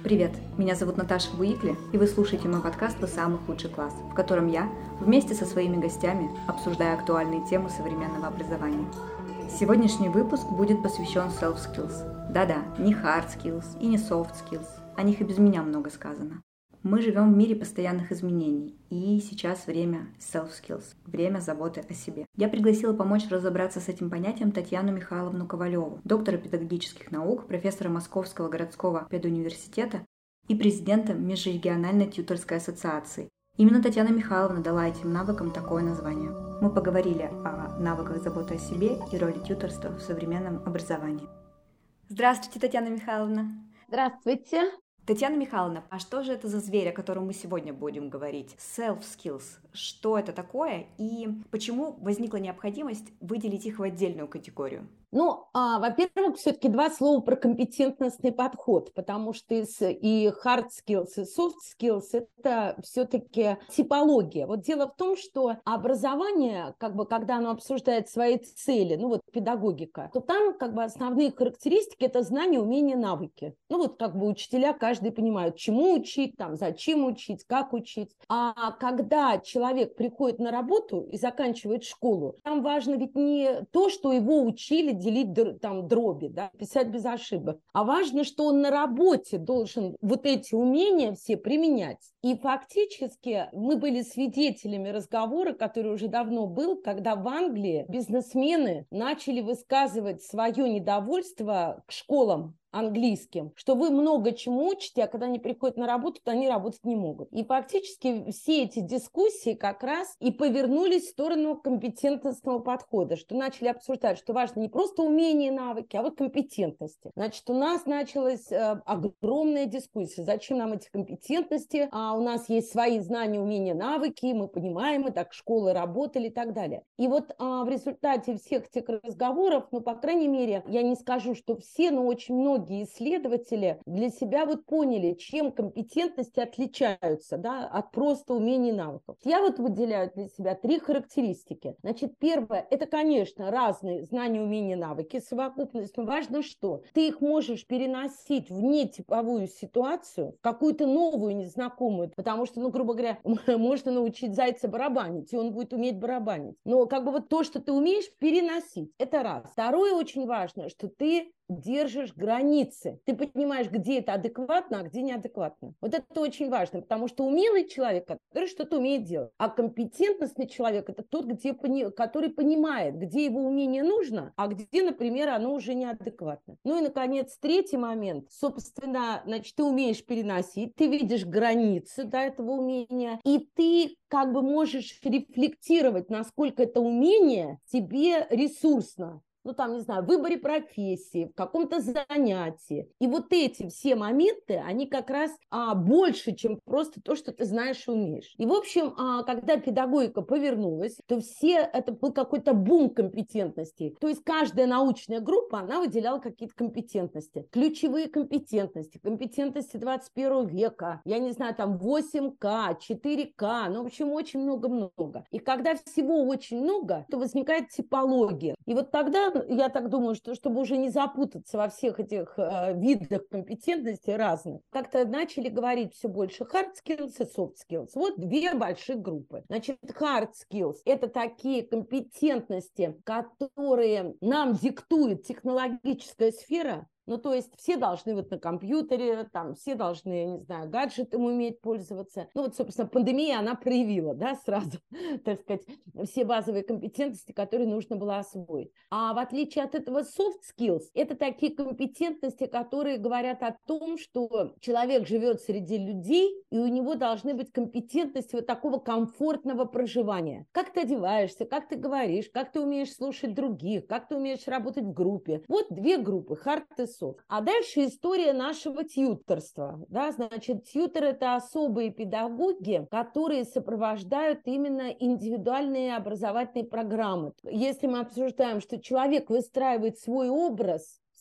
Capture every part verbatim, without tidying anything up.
Привет, меня зовут Наташа Буикли, и вы слушаете мой подкаст «Вы самый худший класс», в котором я вместе со своими гостями обсуждаю актуальные темы современного образования. Сегодняшний выпуск будет посвящен self skills. Да-да, не hard skills и не soft skills, о них и без меня много сказано. Мы живем в мире постоянных изменений, и сейчас время self skills, время заботы о себе. Я пригласила помочь разобраться с этим понятием Татьяну Михайловну Ковалеву, доктора педагогических наук, профессора Московского городского педуниверситета и президента Межрегиональной тьюторской ассоциации. Именно Татьяна Михайловна дала этим навыкам такое название. Мы поговорили о навыках заботы о себе и роли тьюторства в современном образовании. Здравствуйте, Татьяна Михайловна. Здравствуйте. Татьяна Михайловна, а что же это за зверь, о котором мы сегодня будем говорить? Self skills. Что это такое и почему возникла необходимость выделить их в отдельную категорию? Ну, а, во-первых, все-таки два слова про компетентностный подход, потому что и hard skills, и soft skills – это все-таки типология. Вот дело в том, что образование, как бы, когда оно обсуждает свои цели, ну вот педагогика, то там как бы основные характеристики – это знания, умения, навыки. Ну вот как бы учителя каждый понимают, чему учить, там, зачем учить, как учить. А когда человек приходит на работу и заканчивает школу, там важно ведь не то, что его учили делить там дроби, да, писать без ошибок. А важно, что он на работе должен вот эти умения все применять. И фактически мы были свидетелями разговора, который уже давно был, когда в Англии бизнесмены начали высказывать свое недовольство к школам английским, что вы много чему учите, а когда они приходят на работу, то они работать не могут. И фактически все эти дискуссии как раз и повернулись в сторону компетентностного подхода, что начали обсуждать, что важно не просто умения и навыки, а вот компетентности. Значит, у нас началась э, огромная дискуссия, зачем нам эти компетентности, а у нас есть свои знания, умения, навыки, мы понимаем, мы так школы работали и так далее. И вот а, в результате всех этих разговоров, ну, по крайней мере, я не скажу, что все, но очень многие исследователи для себя вот поняли, чем компетентности отличаются, да, от просто умений и навыков. Я вот выделяю для себя три характеристики. Значит, первое, это, конечно, разные знания, умения, навыки, совокупность, но важно что? Ты их можешь переносить в нетиповую ситуацию, в какую-то новую, незнакомую, потому что, ну, грубо говоря, можно научить зайца барабанить, и он будет уметь барабанить. Но как бы вот то, что ты умеешь, переносить, это раз. Второе, очень важно, что ты держишь границы. Ты понимаешь, где это адекватно, а где неадекватно. Вот это очень важно, потому что умелый человек, который что-то умеет делать, а компетентностный человек – это тот, где, который понимает, где его умение нужно, а где, например, оно уже неадекватно. Ну и, наконец, третий момент. Собственно, значит, ты умеешь переносить, ты видишь границы до этого умения, и ты как бы можешь рефлектировать, насколько это умение тебе ресурсно. Ну, там, не знаю, в выборе профессии, в каком-то занятии. И вот эти все моменты, они как раз а, больше, чем просто то, что ты знаешь и умеешь. И, в общем, а, когда педагогика повернулась, то все, это был какой-то бум компетентностей. То есть каждая научная группа, она выделяла какие-то компетентности. Ключевые компетентности, компетентности двадцать первого века, я не знаю, там восемь ка, четыре ка, ну, в общем, очень много-много. И когда всего очень много, то возникает типология. И вот тогда я так думаю, что чтобы уже не запутаться во всех этих э, видах компетентности разных, как-то начали говорить все больше hard skills и soft skills. Вот две больших группы. Значит, hard skills – это такие компетентности, которые нам диктует технологическая сфера. Ну, то есть все должны вот на компьютере, там все должны, я не знаю, гаджетом уметь пользоваться. Ну, вот, собственно, пандемия, она проявила, да, сразу, так сказать, все базовые компетентности, которые нужно было освоить. А в отличие от этого soft skills, это такие компетентности, которые говорят о том, что человек живет среди людей, и у него должны быть компетентности вот такого комфортного проживания. Как ты одеваешься, как ты говоришь, как ты умеешь слушать других, как ты умеешь работать в группе. Вот две группы, hard и soft. А дальше история нашего тьюторства. Да? Значит, тьюторы – это особые педагоги, которые сопровождают именно индивидуальные образовательные программы. Если мы обсуждаем, что человек выстраивает свой образ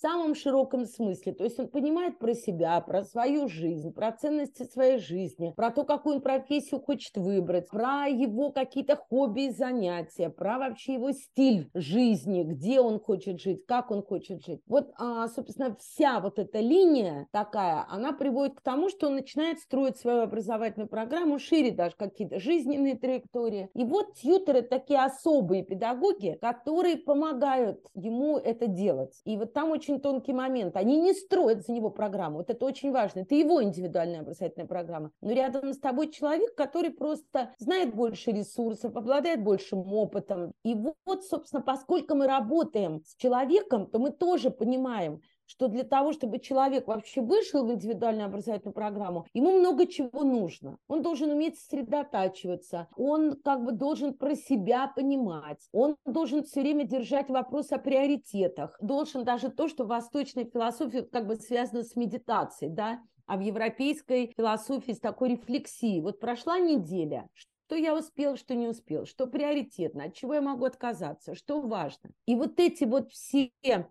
самом широком смысле. То есть он понимает про себя, про свою жизнь, про ценности своей жизни, про то, какую он профессию хочет выбрать, про его какие-то хобби и занятия, про вообще его стиль жизни, где он хочет жить, как он хочет жить. Вот, а, собственно, вся вот эта линия такая, она приводит к тому, что он начинает строить свою образовательную программу шире, даже какие-то жизненные траектории. И вот тьюторы такие особые педагоги, которые помогают ему это делать. И вот там очень тонкий момент. Они не строят за него программу. Вот это очень важно. Это его индивидуальная образовательная программа. Но рядом с тобой человек, который просто знает больше ресурсов, обладает большим опытом. И вот, собственно, поскольку мы работаем с человеком, то мы тоже понимаем, что для того, чтобы человек вообще вышел в индивидуальную образовательную программу, ему много чего нужно. Он должен уметь сосредотачиваться, он как бы должен про себя понимать, он должен все время держать вопрос о приоритетах, должен даже то, что в восточной философии как бы связано с медитацией, да, а в европейской философии с такой рефлексией. Вот прошла неделя, что я успел, что не успел, что приоритетно, от чего я могу отказаться, что важно. И вот эти вот все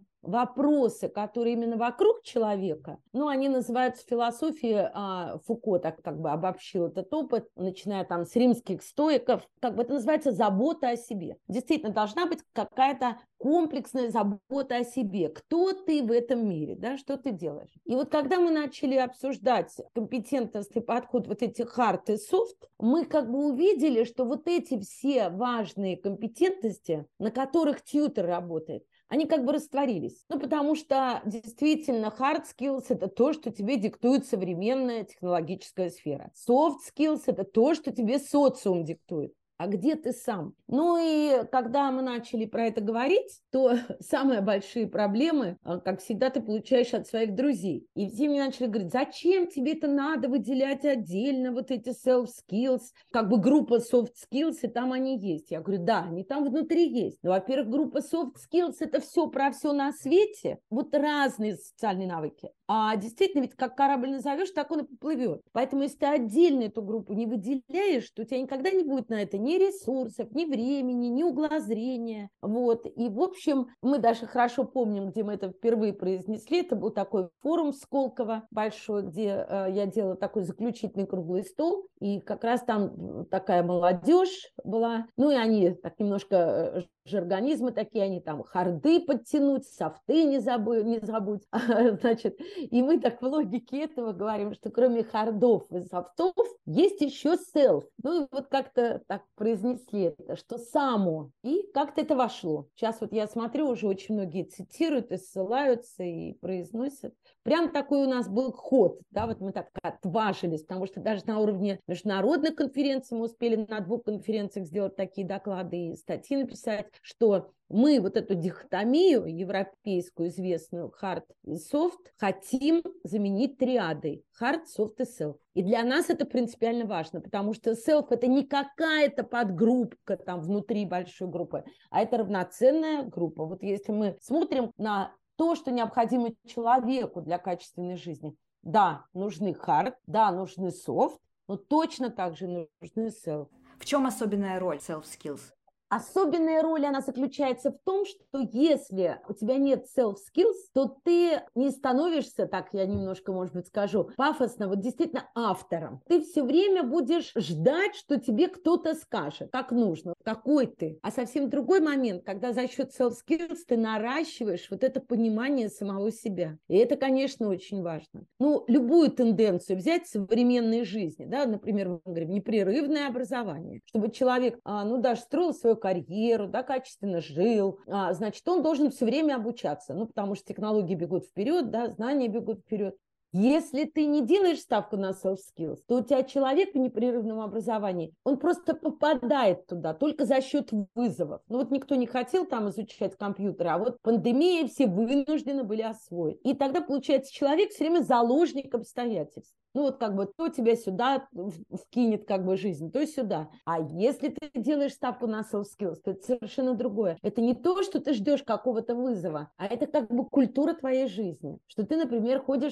вопросы, которые именно вокруг человека, ну, они называются в философии, а, Фуко так как бы обобщил этот опыт, начиная там с римских стоиков, как бы это называется забота о себе. Действительно, должна быть какая-то комплексная забота о себе. Кто ты в этом мире, да, что ты делаешь? И вот когда мы начали обсуждать компетентностный подход, вот эти hard и soft, мы как бы увидели, что вот эти все важные компетентности, на которых тьютер работает, они как бы растворились. Ну, потому что действительно hard skills – это то, что тебе диктует современная технологическая сфера. Soft skills – это то, что тебе социум диктует. А где ты сам? Ну и когда мы начали про это говорить, то самые большие проблемы, как всегда, ты получаешь от своих друзей. И все мне начали говорить, зачем тебе это надо выделять отдельно, вот эти self-skills, как бы группа soft skills, и там они есть. Я говорю, да, они там внутри есть. Но, во-первых, группа soft skills – это все про все на свете, вот разные социальные навыки. А действительно, ведь как корабль назовешь, так он и поплывет. Поэтому, если ты отдельно эту группу не выделяешь, то у тебя никогда не будет на это ни ресурсов, ни времени, ни угла зрения. Вот. И, в общем, мы даже хорошо помним, где мы это впервые произнесли. Это был такой форум в Сколково большой, где э, я делала такой заключительный круглый стол. И как раз там такая молодежь была. Ну, и они так немножко жаргонизмы такие, они там харды подтянуть, софты не забудь, не забудь. Значит, и мы так в логике этого говорим, что кроме хардов и софтов есть еще self. Ну и вот как-то так произнесли это, что само. И как-то это вошло. Сейчас вот я смотрю, уже очень многие цитируют и ссылаются и произносят. Прям такой у нас был ход, да, вот мы так отважились, потому что даже на уровне международных конференций мы успели на двух конференциях сделать такие доклады и статьи написать, что мы вот эту дихотомию европейскую известную hard и soft хотим заменить триадой hard, soft и self. И для нас это принципиально важно, потому что self – это не какая-то подгруппка там внутри большой группы, а это равноценная группа. Вот если мы смотрим на то, что необходимо человеку для качественной жизни, да, нужны hard, да, нужны soft, но точно так же нужны self. В чем особенная роль self-skills? Особенная роль, она заключается в том, что если у тебя нет self-skills, то ты не становишься, так я немножко, может быть, скажу, пафосно, вот действительно автором. Ты все время будешь ждать, что тебе кто-то скажет, как нужно, какой ты. А совсем другой момент, когда за счет self-skills ты наращиваешь вот это понимание самого себя. И это, конечно, очень важно. Ну, любую тенденцию взять в современной жизни, да, например, мы говорим, непрерывное образование, чтобы человек, ну, даже строил свою карьеру, да, качественно жил, а, значит, он должен все время обучаться, ну, потому что технологии бегут вперед, да, знания бегут вперед. Если ты не делаешь ставку на soft skills, то у тебя человек в непрерывном образовании, он просто попадает туда только за счет вызовов. Ну вот никто не хотел там изучать компьютеры, а вот пандемия, все вынуждены были освоить. И тогда, получается, человек все время заложник обстоятельств. Ну вот как бы то тебя сюда вкинет как бы жизнь, то сюда. А если ты делаешь ставку на soft skills, то это совершенно другое. Это не то, что ты ждешь какого-то вызова, а это как бы культура твоей жизни. Что ты, например, ходишь в театр,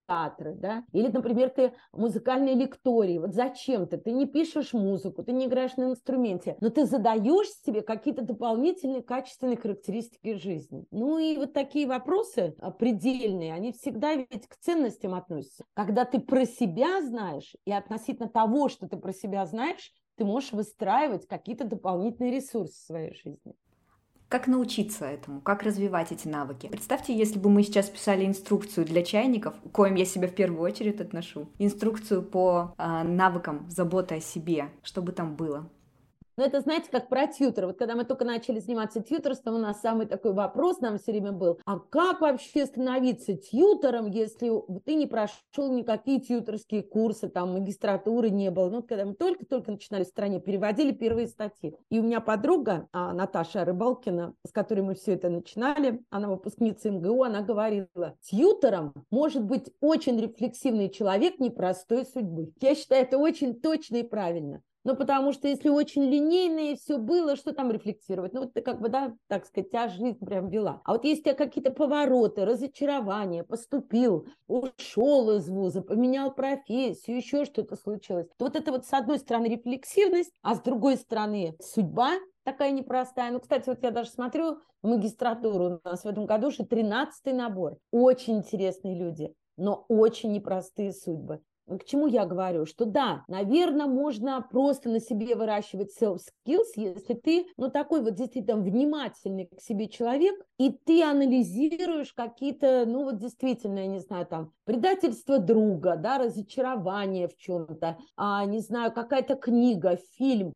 театры, да, или, например, ты музыкальный лекторий, вот зачем ты, ты не пишешь музыку, ты не играешь на инструменте, но ты задаешь себе какие-то дополнительные качественные характеристики жизни. Ну и вот такие вопросы предельные, они всегда ведь к ценностям относятся. Когда ты про себя знаешь, и относительно того, что ты про себя знаешь, ты можешь выстраивать какие-то дополнительные ресурсы в своей жизни. Как научиться этому? Как развивать эти навыки? Представьте, если бы мы сейчас писали инструкцию для чайников, к коим я себя в первую очередь отношу, инструкцию по э, навыкам заботы о себе, что бы там было? Но это, знаете, как про тьютера. Вот когда мы только начали заниматься тьютерством, у нас самый такой вопрос нам все время был, а как вообще становиться тьютером, если ты не прошел никакие тьютерские курсы, там магистратуры не было. Ну, когда мы только-только начинали в стране, переводили первые статьи. И у меня подруга, Наташа Рыбалкина, с которой мы все это начинали, она выпускница эм гэ у, она говорила, тьютером может быть очень рефлексивный человек непростой судьбы. Я считаю, это очень точно и правильно. Ну, потому что если очень линейно и все было, что там рефлексировать? Ну, вот ты как бы, да, так сказать, тебя жизнь прям вела. А вот есть у тебя какие-то повороты, разочарования, поступил, ушел из вуза, поменял профессию, еще что-то случилось. То вот это вот с одной стороны рефлексивность, а с другой стороны судьба такая непростая. Ну, кстати, вот я даже смотрю в магистратуру, у нас в этом году уже тринадцатый набор. Очень интересные люди, но очень непростые судьбы. К чему я говорю? Что да, наверное, можно просто на себе выращивать self-skills, если ты, ну, такой вот действительно внимательный к себе человек, и ты анализируешь какие-то, ну, вот действительно, я не знаю, там, предательство друга, да, разочарование в чем-то, а, не знаю, какая-то книга, фильм,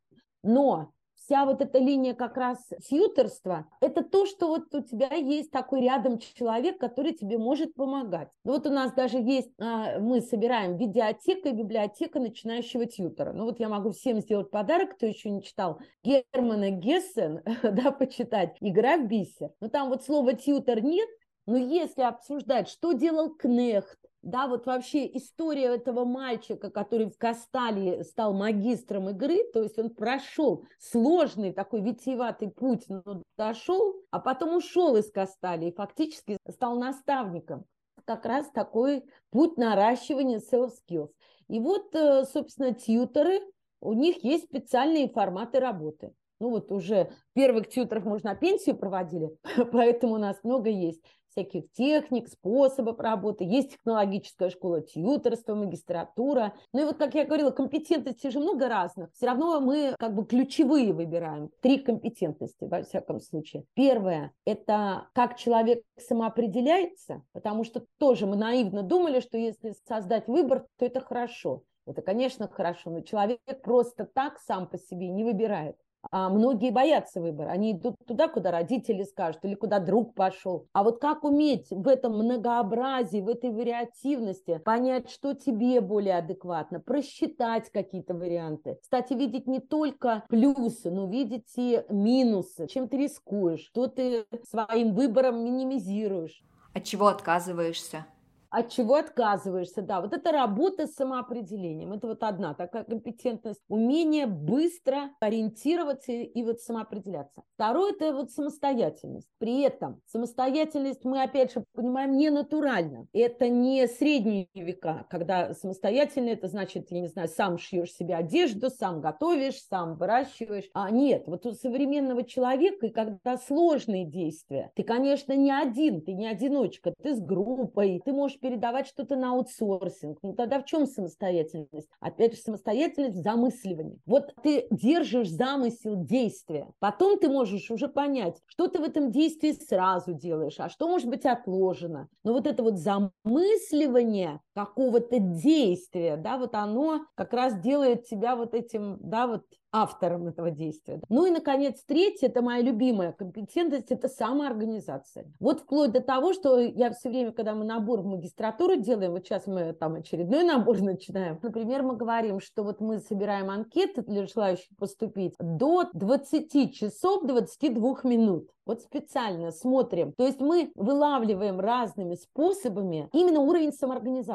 но вся вот эта линия как раз тьюторства, это то, что вот у тебя есть такой рядом человек, который тебе может помогать. Ну вот у нас даже есть, мы собираем видеотека и библиотека начинающего тьютора. Ну вот я могу всем сделать подарок, кто еще не читал, Германа Гессен, да, почитать «Игра в бисер». Ну там вот слова тьютор нет, но если обсуждать, что делал Кнехт, да, вот вообще история этого мальчика, который в Касталии стал магистром игры, то есть он прошел сложный такой витиеватый путь, но дошел, а потом ушел из Касталии и фактически стал наставником. Как раз такой путь наращивания self-skills. И вот, собственно, тьюторы, у них есть специальные форматы работы. Ну вот уже первых тьюторов мы уже на пенсию проводили, поэтому у нас много есть всяких техник, способов работы. Есть технологическая школа тьюторства, магистратура. Ну и вот, как я говорила, компетентностей же много разных. Все равно мы как бы ключевые выбираем. Три компетентности, во всяком случае. Первое – это как человек самоопределяется, потому что тоже мы наивно думали, что если создать выбор, то это хорошо. Это, конечно, хорошо, но человек просто так сам по себе не выбирает. А многие боятся выбора. Они идут туда, куда родители скажут, или куда друг пошел. А вот как уметь в этом многообразии, в этой вариативности понять, что тебе более адекватно, просчитать какие-то варианты. Кстати, видеть не только плюсы, но видеть и минусы. Чем ты рискуешь, что ты своим выбором минимизируешь. От чего отказываешься? От чего отказываешься, да, вот это работа с самоопределением, это вот одна такая компетентность, умение быстро ориентироваться и вот самоопределяться. Второе – это вот самостоятельность. При этом самостоятельность мы, опять же, понимаем не натурально. Это не средние века, когда самостоятельно, это значит, я не знаю, сам шьешь себе одежду, сам готовишь, сам выращиваешь. А нет, вот у современного человека, и когда сложные действия, ты, конечно, не один, ты не одиночка, ты с группой, ты можешь передавать что-то на аутсорсинг. Ну тогда в чем самостоятельность? Опять же, самостоятельность в замысливании. Вот ты держишь замысел действия, потом ты можешь уже понять, что ты в этом действии сразу делаешь, а что может быть отложено. Но вот это вот замысливание какого-то действия, да, вот оно как раз делает тебя вот этим, да, вот автором этого действия. Ну и, наконец, третье, это моя любимая компетентность, это самоорганизация. Вот вплоть до того, что я все время, когда мы набор в магистратуру делаем, вот сейчас мы там очередной набор начинаем, например, мы говорим, что вот мы собираем анкеты для желающих поступить до двадцати часов двадцати двух минут. Вот специально смотрим. То есть мы вылавливаем разными способами именно уровень самоорганизации.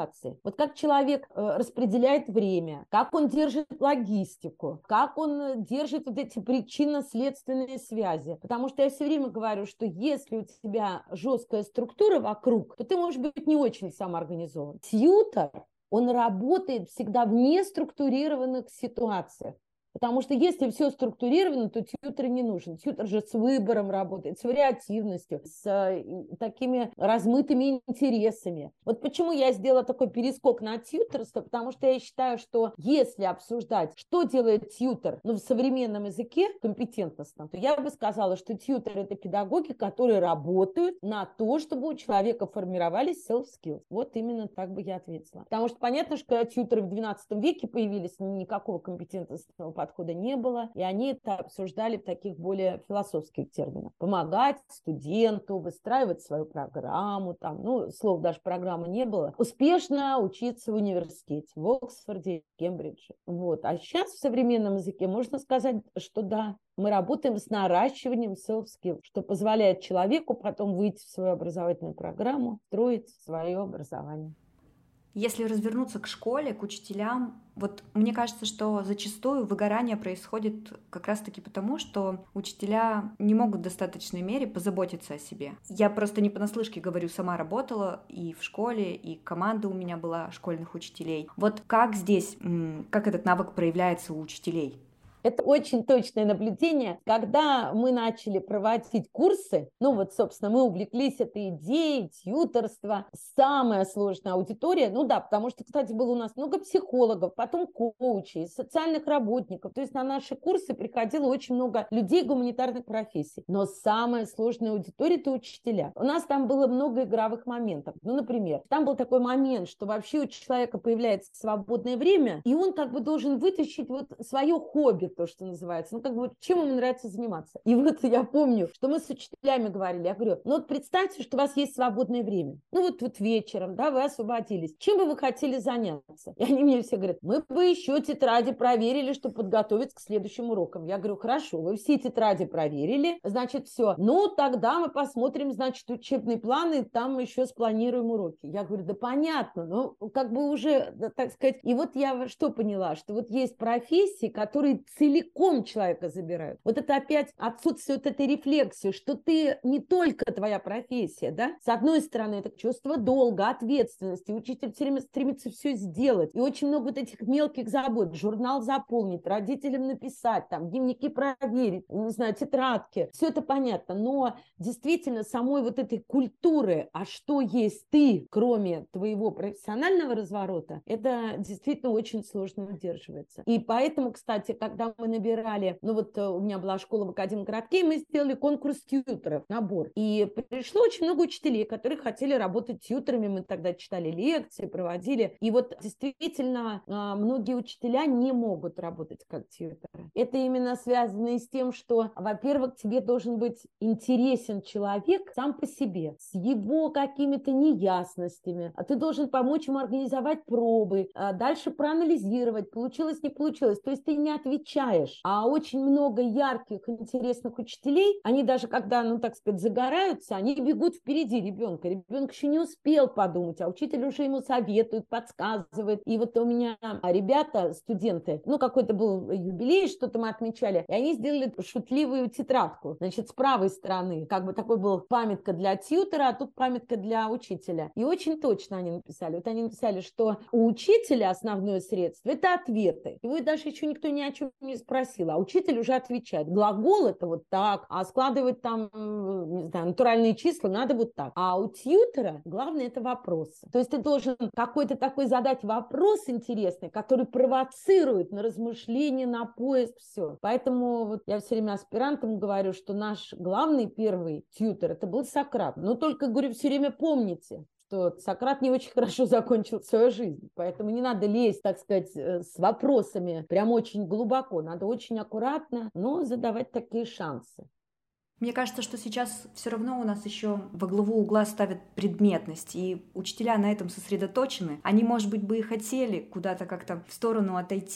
ситуации. Вот как человек распределяет время, как он держит логистику, как он держит вот эти причинно-следственные связи. Потому что я все время говорю, что если у тебя жесткая структура вокруг, то ты можешь быть не очень самоорганизован. Тьютор, он работает всегда в неструктурированных ситуациях. Потому что если все структурировано, то тьютор не нужен. Тьютор же с выбором работает, с вариативностью, с э, такими размытыми интересами. Вот почему я сделала такой перескок на тьюторство, потому что я считаю, что если обсуждать, что делает тьютор, ну, в современном языке компетентностном, то я бы сказала, что тьютор – это педагоги, которые работают на то, чтобы у человека формировались self-skills. Вот именно так бы я ответила. Потому что понятно, что когда тьюторы в двенадцатом веке появились, никакого компетентностного подхода подхода не было, и они это обсуждали в таких более философских терминах. Помогать студенту, выстраивать свою программу, там, ну, слов даже программы не было. Успешно учиться в университете, в Оксфорде, Кембридже. Вот. А сейчас в современном языке можно сказать, что да, мы работаем с наращиванием self-skill, что позволяет человеку потом выйти в свою образовательную программу, строить свое образование. Если развернуться к школе, к учителям, вот мне кажется, что зачастую выгорание происходит как раз-таки потому, что учителя не могут в достаточной мере позаботиться о себе. Я просто не понаслышке говорю, сама работала и в школе, и команда у меня была школьных учителей. Вот как здесь, как этот навык проявляется у учителей? Это очень точное наблюдение. Когда мы начали проводить курсы, ну вот, собственно, мы увлеклись этой идеей тьюторства. Самая сложная аудитория, ну да, потому что, кстати, было у нас много психологов, потом коучей, социальных работников. То есть на наши курсы приходило очень много людей гуманитарных профессий. Но самая сложная аудитория – это учителя. У нас там было много игровых моментов. Ну, например, там был такой момент, что вообще у человека появляется свободное время, и он как бы должен вытащить вот свое хобби, то, что называется, ну, как бы, чем ему нравится заниматься. И вот я помню, что мы с учителями говорили, я говорю, ну, вот представьте, что у вас есть свободное время, ну, вот, вот вечером, да, вы освободились, чем бы вы хотели заняться? И они мне все говорят, мы бы еще тетради проверили, чтобы подготовиться к следующим урокам. Я говорю, хорошо, вы все тетради проверили, значит, все, ну, тогда мы посмотрим, значит, учебные планы, там еще спланируем уроки. Я говорю, да понятно, ну, как бы уже, да, так сказать, и вот я что поняла, что вот есть профессии, которые целиком человека забирают. Вот это опять отсутствие вот этой рефлексии, что ты не только твоя профессия, да? С одной стороны, это чувство долга, ответственности. Учитель все время стремится все сделать. И очень много вот этих мелких забот. Журнал заполнить, родителям написать, там, дневники проверить, не знаю, тетрадки. Все это понятно. Но действительно самой вот этой культуры, а что есть ты, кроме твоего профессионального разворота, это действительно очень сложно удерживается. И поэтому, кстати, когда мы набирали, ну вот у меня была школа в Академгородке, мы сделали конкурс тьюторов, набор. И пришло очень много учителей, которые хотели работать тьюторами. Мы тогда читали лекции, проводили. И вот действительно многие учителя не могут работать как тьюторы. Это именно связано и с тем, что, во-первых, тебе должен быть интересен человек сам по себе, с его какими-то неясностями. А ты должен помочь ему организовать пробы, дальше проанализировать, получилось, не получилось. То есть ты не отвечаешь. А очень много ярких, интересных учителей, они даже когда, ну так сказать, загораются, они бегут впереди ребенка. Ребенок еще не успел подумать, а учитель уже ему советует, подсказывает. И вот у меня ребята, студенты, ну какой-то был юбилей, что-то мы отмечали, и они сделали шутливую тетрадку. Значит, с правой стороны, как бы такой был памятка для тьютера, а тут памятка для учителя. И очень точно они написали. Вот они написали, что у учителя основное средство – это ответы. Его даже еще никто ни о чем не спросил, а учитель уже отвечает. Глагол – это вот так, а складывать там, не знаю, натуральные числа надо вот так. А у тьютера главное – это вопросы. То есть ты должен какой-то такой задать вопрос интересный, который провоцирует на размышление, на поиск, все. Поэтому вот я все время аспирантам говорю, что наш главный первый тьютер – это был Сократ. Но только, говорю, все время помните, что Сократ не очень хорошо закончил свою жизнь. Поэтому не надо лезть, так сказать, с вопросами прям очень глубоко. Надо очень аккуратно, но задавать такие шансы. Мне кажется, что сейчас все равно у нас еще во главу угла ставят предметность, и учителя на этом сосредоточены. Они, может быть, бы и хотели куда-то как-то в сторону отойти,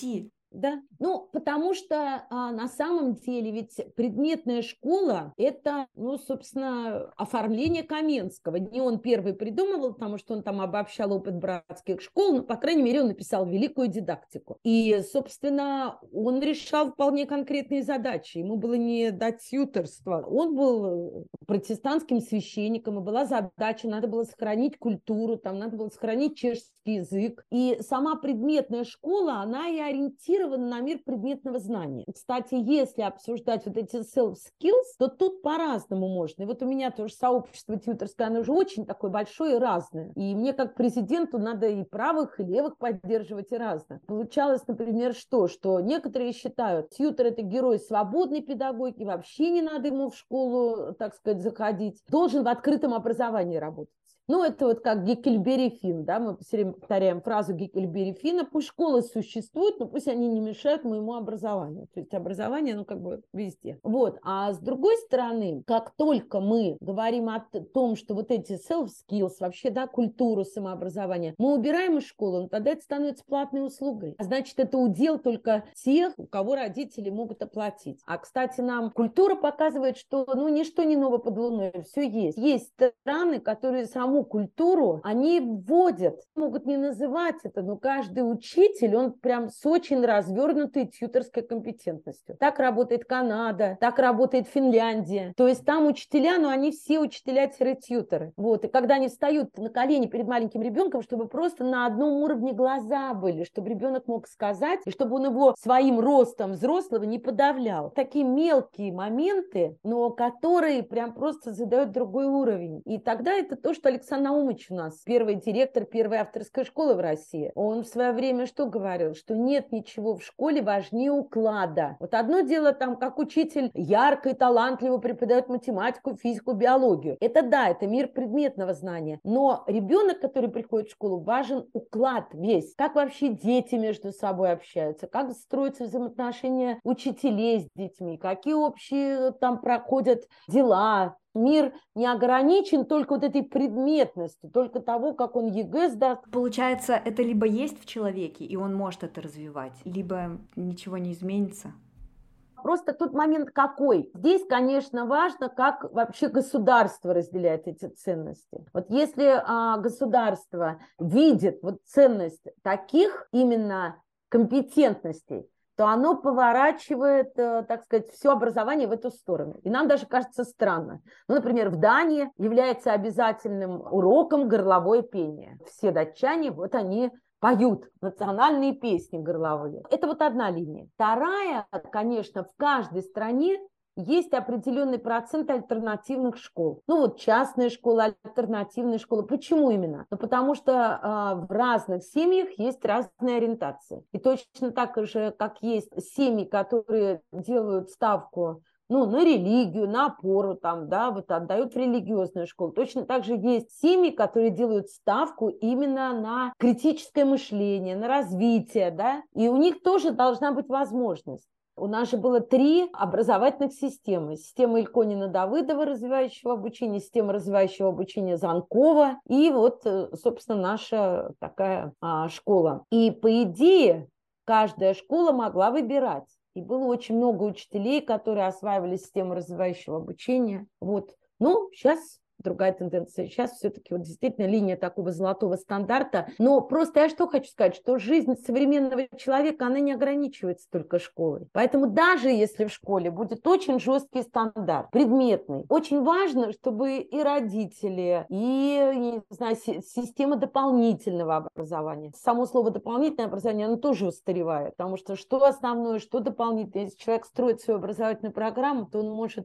Да, ну, потому что а, на самом деле ведь предметная школа – это, ну, собственно, оформление Каменского. Не он первый придумывал, потому что он там обобщал опыт братских школ, но, по крайней мере, он написал великую дидактику. И, собственно, он решал вполне конкретные задачи. Ему было не до тьюторства. Он был протестантским священником, и была задача, надо было сохранить культуру, там надо было сохранить чешский язык. И сама предметная школа, она и ориентирована на мир предметного знания. Кстати, если обсуждать вот эти self-skills, то тут по-разному можно. И вот у меня тоже сообщество тьюторское, оно же очень такое большое и разное. И мне как президенту надо и правых, и левых поддерживать, и разных. Получалось, например, что? Что некоторые считают, тьютор – это герой свободной педагогики, вообще не надо ему в школу, так сказать, заходить. Должен в открытом образовании работать. Ну, это вот как Геккельбери Финн, да, мы все время повторяем фразу Геккельбери Финна, пусть школы существуют, но пусть они не мешают моему образованию. То есть образование, ну, как бы везде. Вот, а с другой стороны, как только мы говорим о том, что вот эти self-skills, вообще, да, культуру самообразования, мы убираем из школы, ну, тогда это становится платной услугой. А значит, это удел только тех, у кого родители могут оплатить. А, кстати, нам культура показывает, что, ну, ничто не ново под луной, все есть. Есть страны, которые саму культуру они вводят. Могут не называть это, но каждый учитель, он прям с очень развернутой тьюторской компетентностью. Так работает Канада, так работает Финляндия. То есть там учителя, но они все учителя-тьюторы. Вот. И когда они встают на колени перед маленьким ребенком, чтобы просто на одном уровне глаза были, чтобы ребенок мог сказать, и чтобы он его своим ростом взрослого не подавлял. Такие мелкие моменты, но которые прям просто задают другой уровень. И тогда это то, что Александр Наумович у нас, первый директор первой авторской школы в России, он в свое время что говорил? Что нет ничего в школе важнее уклада. Вот одно дело там, как учитель ярко и талантливо преподает математику, физику, биологию. Это да, это мир предметного знания. Но ребенок, который приходит в школу, важен уклад весь. Как вообще дети между собой общаются, как строятся взаимоотношения учителей с детьми, какие общие там проходят дела. Мир не ограничен только вот этой предметностью, только того, как он ЕГЭ сдаст. Получается, это либо есть в человеке, и он может это развивать, либо ничего не изменится. Просто тут момент какой? Здесь, конечно, важно, как вообще государство разделяет эти ценности. Вот если а, государство видит вот ценность таких именно компетентностей, то оно поворачивает, так сказать, все образование в эту сторону. И нам даже кажется странно. Ну, например, в Дании является обязательным уроком горловое пение. Все датчане, вот они поют национальные песни горловые. Это вот одна линия. Вторая, конечно, в каждой стране есть определенный процент альтернативных школ. Ну вот частные школы, альтернативные школы. Почему именно? Ну потому что э, в разных семьях есть разные ориентации. И точно так же, как есть семьи, которые делают ставку ну, на религию, на опору, там, да, вот отдают в религиозную школу. Точно так же есть семьи, которые делают ставку именно на критическое мышление, на развитие, да, и у них тоже должна быть возможность. У нас же было три образовательных системы. Система Ильконина-Давыдова развивающего обучения, система развивающего обучения Занкова и вот, собственно, наша такая а, школа. И, по идее, каждая школа могла выбирать. И было очень много учителей, которые осваивали систему развивающего обучения. Вот. Ну, сейчас другая тенденция. Сейчас все-таки вот действительно линия такого золотого стандарта. Но просто я что хочу сказать, что жизнь современного человека, она не ограничивается только школой. Поэтому даже если в школе будет очень жесткий стандарт, предметный, очень важно, чтобы и родители, и, не знаю, система дополнительного образования. Само слово дополнительное образование, оно тоже устаревает, потому что что основное, что дополнительное. Если человек строит свою образовательную программу, то он может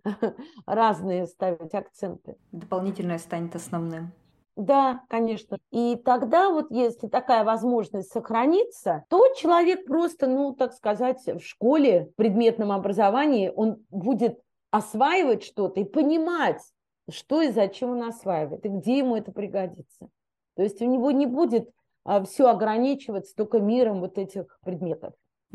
разные ставить акценты. Дополнительное станет основным. Да, конечно. И тогда вот если такая возможность сохранится, то человек просто, ну, так сказать, в школе, в предметном образовании, он будет осваивать что-то и понимать, что и зачем он осваивает, и где ему это пригодится. То есть у него не будет а, все ограничиваться только миром вот этих предметов.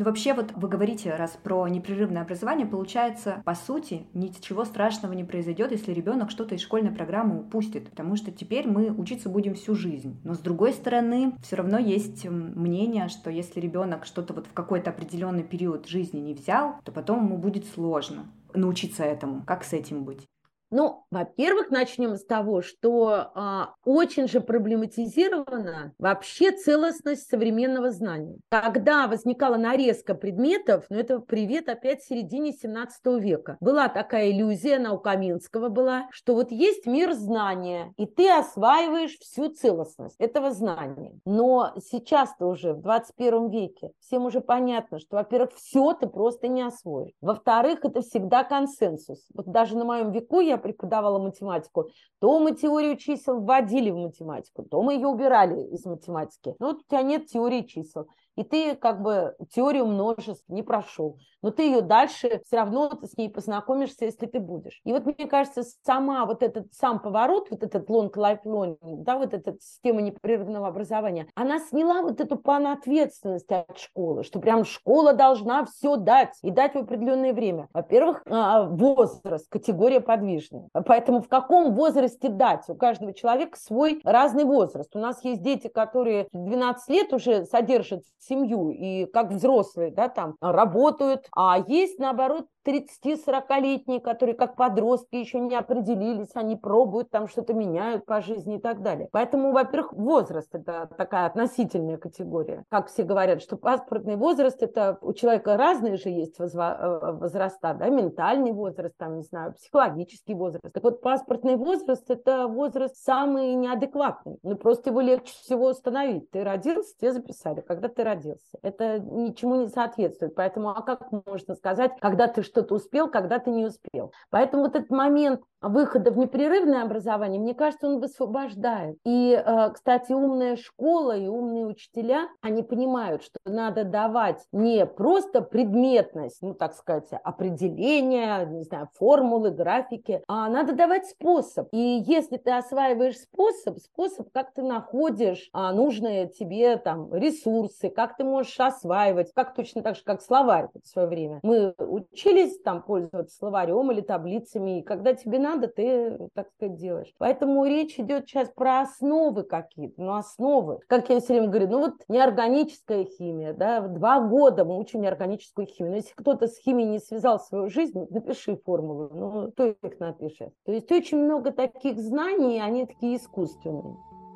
Ну, вообще, вот вы говорите, раз про непрерывное образование, получается, по сути, ничего страшного не произойдет, если ребенок что-то из школьной программы упустит, потому что теперь мы учиться будем всю жизнь. Но, с другой стороны, все равно есть мнение, что если ребенок что-то вот в какой-то определенный период жизни не взял, то потом ему будет сложно научиться этому. Как с этим быть? Ну, во-первых, начнем с того, что а, очень же проблематизирована вообще целостность современного знания. Когда возникала нарезка предметов, ну это привет опять середине семнадцатого века, была такая иллюзия, она у Каменского была, что вот есть мир знания, и ты осваиваешь всю целостность этого знания. Но сейчас-то уже в двадцать первом веке всем уже понятно, что, во-первых, все ты просто не освоишь. Во-вторых, это всегда консенсус. Вот даже на моем веку я преподавала математику, то мы теорию чисел вводили в математику, то мы ее убирали из математики. Ну, вот у тебя нет теории чисел, и ты как бы теорию множеств не прошел, но ты ее дальше все равно ты с ней познакомишься, если ты будешь. И вот мне кажется, сама вот этот сам поворот, вот этот long life learning, да, вот эта система непрерывного образования, она сняла вот эту панответственность от школы, что прям школа должна все дать и дать в определенное время. Во-первых, возраст, категория подвижная. Поэтому в каком возрасте дать? У каждого человека свой разный возраст. У нас есть дети, которые в двенадцать лет уже содержат семью и как взрослые, да, там работают, а есть, наоборот, тридцати-сорокалетние, которые как подростки еще не определились, они пробуют, там что-то меняют по жизни и так далее. Поэтому, во-первых, возраст – это такая относительная категория. Как все говорят, что паспортный возраст – это у человека разные же есть возраста, да, ментальный возраст, там, не знаю, психологический возраст. Так вот, паспортный возраст – это возраст самый неадекватный. Ну, просто его легче всего установить. Ты родился, тебе записали, когда ты родился. Это ничему не соответствует. Поэтому, а как можно сказать, когда ты что-то успел, когда ты не успел? Поэтому вот этот момент выхода в непрерывное образование, мне кажется, он высвобождает. И, кстати, умная школа и умные учителя, они понимают, что надо давать не просто предметность, ну, так сказать, определения, не знаю, формулы, графики, а надо давать способ. И если ты осваиваешь способ, способ, как ты находишь а, нужные тебе там ресурсы, как ты можешь осваивать, как точно так же, как словарь в свое время. Мы учились там пользоваться словарем или таблицами, и когда тебе надо, ты, так сказать, делаешь. Поэтому речь идет сейчас про основы какие-то, ну, основы. Как я все время говорю, ну, вот неорганическая химия, да, два года мы учим неорганическую химию. Но если кто-то с химией не связал свою жизнь, напиши формулы, ну, кто их напишет. То есть очень много таких знаний, они такие искусственные.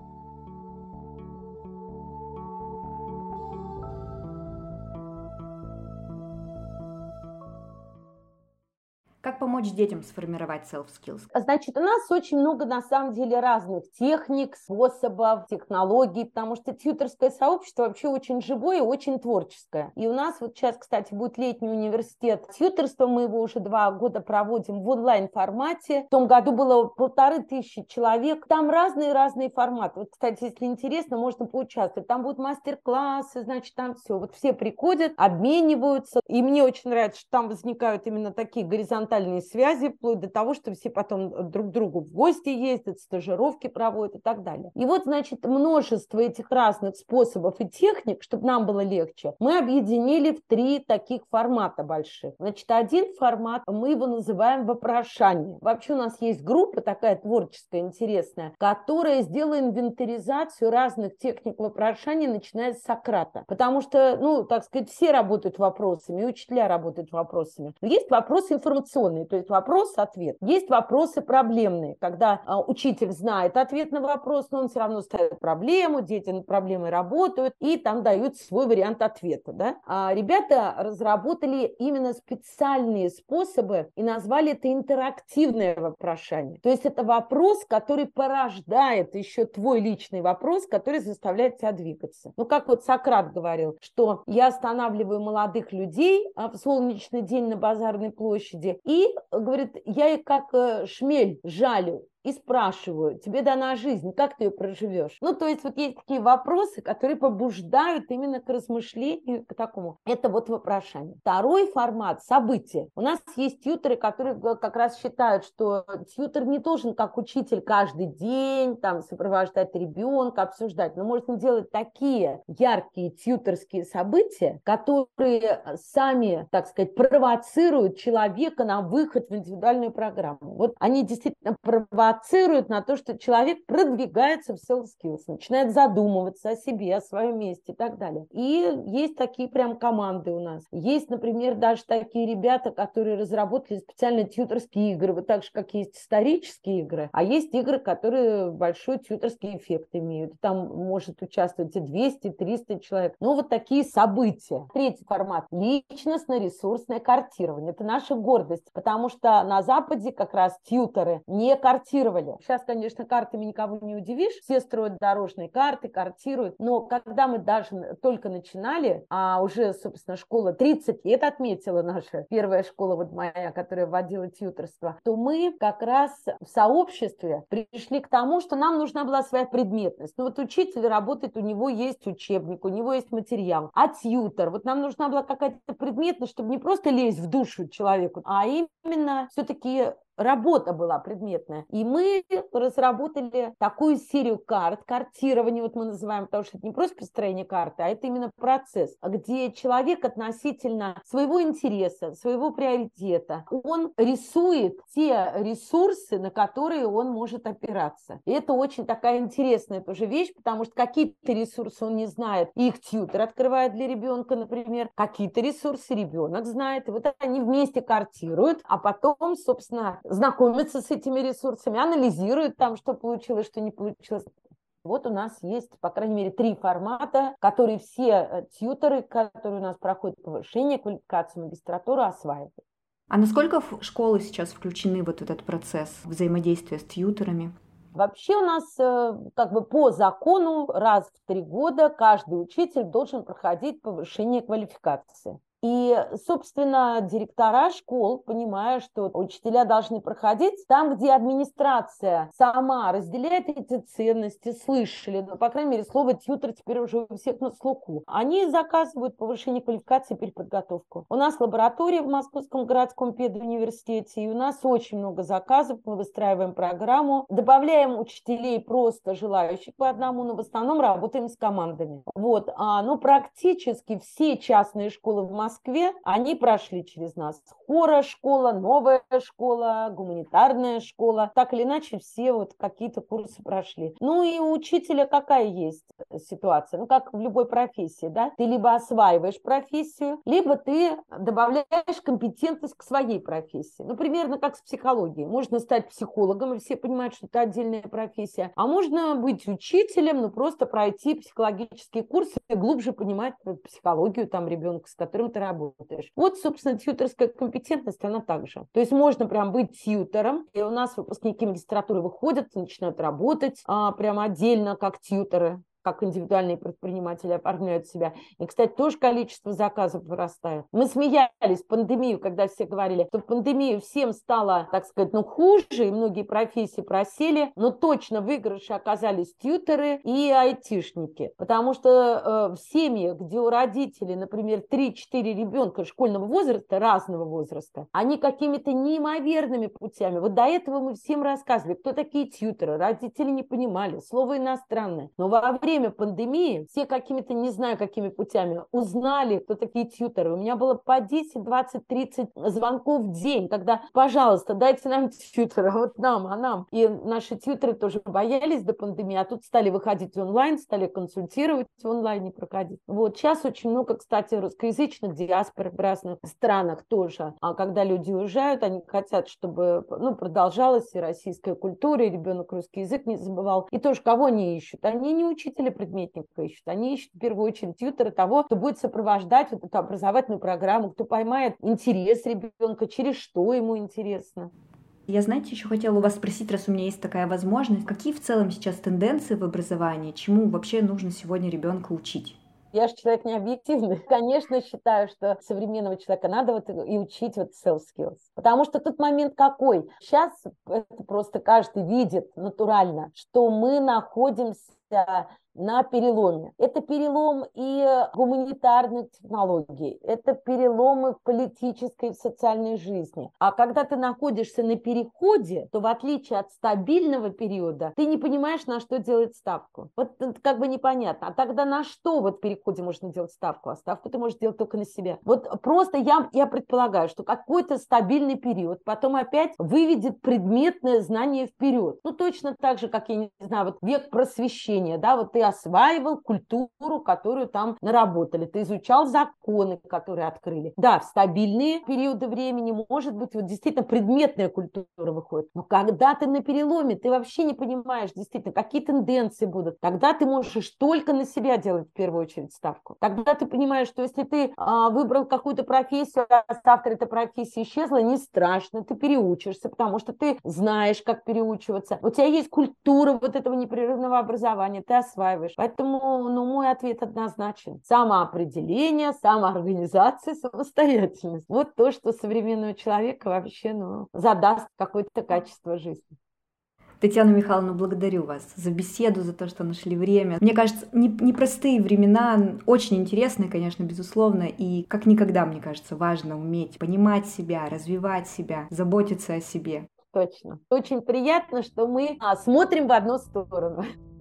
Как помочь детям сформировать self-skills? Значит, у нас очень много, на самом деле, разных техник, способов, технологий, потому что тьюторское сообщество вообще очень живое и очень творческое. И у нас вот сейчас, кстати, будет летний университет тьюторства, мы его уже два года проводим в онлайн-формате. В том году было полторы тысячи человек. Там разные-разные форматы. Вот, кстати, если интересно, можно поучаствовать. Там будут мастер-классы, значит, там все. Вот все приходят, обмениваются. И мне очень нравится, что там возникают именно такие горизонтальные связи, вплоть до того, что все потом друг к другу в гости ездят, стажировки проводят и так далее. И вот, значит, множество этих разных способов и техник, чтобы нам было легче, мы объединили в три таких формата больших. Значит, один формат, мы его называем вопрошание. Вообще у нас есть группа такая творческая, интересная, которая сделала инвентаризацию разных техник вопрошания, начиная с Сократа. Потому что, ну, так сказать, все работают вопросами, и учителя работают вопросами. Но есть вопросы информационные, то есть вопрос-ответ. Есть вопросы проблемные, когда а, учитель знает ответ на вопрос, но он все равно ставит проблему, дети над проблемой работают, и там дают свой вариант ответа. Да? А ребята разработали именно специальные способы и назвали это интерактивное вопрошание. То есть это вопрос, который порождает еще твой личный вопрос, который заставляет тебя двигаться. Ну, как вот Сократ говорил, что я останавливаю молодых людей в солнечный день на базарной площади, и, говорит, я их как шмель жалю. и спрашиваю: тебе дана жизнь, как ты ее проживешь? Ну, то есть вот есть такие вопросы, которые побуждают именно к размышлению, к такому. Это вот вопрошание. Второй формат – события. У нас есть тьюторы, которые как раз считают, что тьютор не должен, как учитель, каждый день там сопровождать ребенка, обсуждать, но можно делать такие яркие тьюторские события, которые сами, так сказать, провоцируют человека на выход в индивидуальную программу. Вот они действительно провоцируют на то, что человек продвигается в soft skills, начинает задумываться о себе, о своем месте и так далее. И есть такие прям команды у нас. Есть, например, даже такие ребята, которые разработали специально тьюторские игры, вот так же, как есть исторические игры, а есть игры, которые большой тьюторский эффект имеют. Там может участвовать и двести, и триста человек. Ну, вот такие события. Третий формат – личностно-ресурсное картирование. Это наша гордость, потому что на Западе как раз тьюторы не картировали. Сейчас, конечно, картами никого не удивишь. Все строят дорожные карты, картируют. Но когда мы даже только начинали, а уже, собственно, школа тридцать лет отметила, наша первая школа, вот моя, которая вводила тьюторство, то мы как раз в сообществе пришли к тому, что нам нужна была своя предметность. Ну вот учитель работает, у него есть учебник, у него есть материал. А тьютор, вот нам нужна была какая-то предметность, чтобы не просто лезть в душу человеку, а именно все-таки работа была предметная. И мы разработали такую серию карт, картирование, вот мы называем, потому что это не просто построение карты, а это именно процесс, где человек относительно своего интереса, своего приоритета, он рисует те ресурсы, на которые он может опираться. И это очень такая интересная тоже вещь, потому что какие-то ресурсы он не знает, и их тьютор открывает для ребенка, например, какие-то ресурсы ребенок знает, и вот они вместе картируют, а потом, собственно, знакомятся с этими ресурсами, анализируют там, что получилось, что не получилось. Вот у нас есть, по крайней мере, три формата, которые все тьюторы, которые у нас проходят повышение квалификации, магистратуру, осваивают. А насколько школы сейчас включены в вот этот процесс взаимодействия с тьюторами? Вообще у нас как бы по закону раз в три года каждый учитель должен проходить повышение квалификации. И, собственно, директора школ, понимая, что учителя должны проходить там, где администрация сама разделяет эти ценности, слышали, ну, по крайней мере, слово тьютор теперь уже у всех на слуху, они заказывают повышение квалификации, переподготовку. У нас лаборатория в Московском городском педуниверситете, и у нас очень много заказов, мы выстраиваем программу, добавляем учителей просто желающих по одному, но в основном работаем с командами. Вот, а, ну, практически все частные школы в Москве Москве, они прошли через нас. Хора школа, новая школа, гуманитарная школа. Так или иначе, все вот какие-то курсы прошли. Ну и у учителя какая есть ситуация? Ну, как в любой профессии, да? Ты либо осваиваешь профессию, либо ты добавляешь компетентность к своей профессии. Ну, примерно как с психологией. Можно стать психологом, и все понимают, что это отдельная профессия. А можно быть учителем, ну, просто пройти психологические курсы и глубже понимать психологию там ребенка, с которым ты работаешь. Вот, собственно, тьюторская компетентность, она также. То есть можно прям быть тьютором, и у нас выпускники магистратуры выходят, начинают работать а, прям отдельно как тьюторы, как индивидуальные предприниматели оформляют себя. И, кстати, тоже количество заказов вырастает. Мы смеялись в пандемию, когда все говорили, что в пандемию всем стало, так сказать, ну, хуже, и многие профессии просели, но точно в выигрыше оказались тьюторы и айтишники. Потому что э, в семьях, где у родителей, например, три-четыре ребенка школьного возраста, разного возраста, они какими-то неимоверными путями. Вот до этого мы всем рассказывали, кто такие тьюторы. Родители не понимали, слово иностранное. Но во время время пандемии все какими-то, не знаю, какими путями, узнали, кто такие тьюторы. У меня было по десять, двадцать, тридцать звонков в день, когда, пожалуйста, дайте нам тьютера, вот нам, а нам. И наши тьюторы тоже боялись до пандемии, а тут стали выходить онлайн, стали консультировать в онлайне, проходить. Вот сейчас очень много, кстати, русскоязычных диаспор в разных странах тоже. А когда люди уезжают, они хотят, чтобы, ну, продолжалась и российская культура, и ребенок русский язык не забывал. И тоже кого они ищут? Они не учителя предметника ищут. Они ищут в первую очередь тьютера, того, кто будет сопровождать вот эту образовательную программу, кто поймает интерес ребенка, через что ему интересно. Я, знаете, еще хотела у вас спросить, раз у меня есть такая возможность, какие в целом сейчас тенденции в образовании, чему вообще нужно сегодня ребенка учить? Я же человек не объективный. Конечно, считаю, что современного человека надо вот и учить вот self skills. Потому что тут момент какой? Сейчас это просто каждый видит натурально, что мы находимся на переломе. Это перелом и гуманитарных технологий, это переломы в политической и в социальной жизни. А когда ты находишься на переходе, то в отличие от стабильного периода, ты не понимаешь, на что делать ставку. Вот это как бы непонятно. А тогда на что вот в переходе можно делать ставку? А ставку ты можешь делать только на себя. Вот просто я, я предполагаю, что какой-то стабильный период потом опять выведет предметное знание вперед. Ну, точно так же, как, я не знаю, вот век просвещения, да, вот ты осваивал культуру, которую там наработали, ты изучал законы, которые открыли. Да, в стабильные периоды времени, может быть, вот действительно предметная культура выходит. Но когда ты на переломе, ты вообще не понимаешь действительно, какие тенденции будут. Тогда ты можешь только на себя делать в первую очередь ставку. Тогда ты понимаешь, что если ты а, выбрал какую-то профессию, а завтра эта профессия исчезла, не страшно, ты переучишься, потому что ты знаешь, как переучиваться. У тебя есть культура вот этого непрерывного образования, ты осваиваешь. Поэтому, ну, мой ответ однозначен. Самоопределение, самоорганизация, самостоятельность. Вот то, что современного человека вообще, ну, задаст какое-то качество жизни. Татьяна Михайловна, благодарю вас за беседу, за то, что нашли время. Мне кажется, непростые времена, очень интересные, конечно, безусловно, и как никогда, мне кажется, важно уметь понимать себя, развивать себя, заботиться о себе. Точно. Очень приятно, что мы а, смотрим в одну сторону.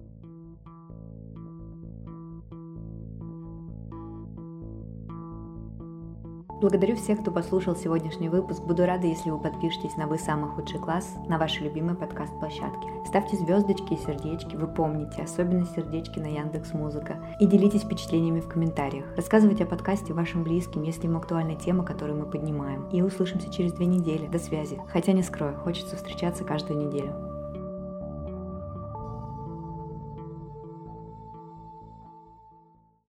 Благодарю всех, кто послушал сегодняшний выпуск. Буду рада, если вы подпишетесь на «Вы самый худший класс» на вашей любимой подкаст-площадке. Ставьте звездочки и сердечки, вы помните, особенно сердечки на Яндекс.Музыка. И делитесь впечатлениями в комментариях. Рассказывайте о подкасте вашим близким, если им актуальна тема, которую мы поднимаем. И услышимся через две недели. До связи. Хотя не скрою, хочется встречаться каждую неделю.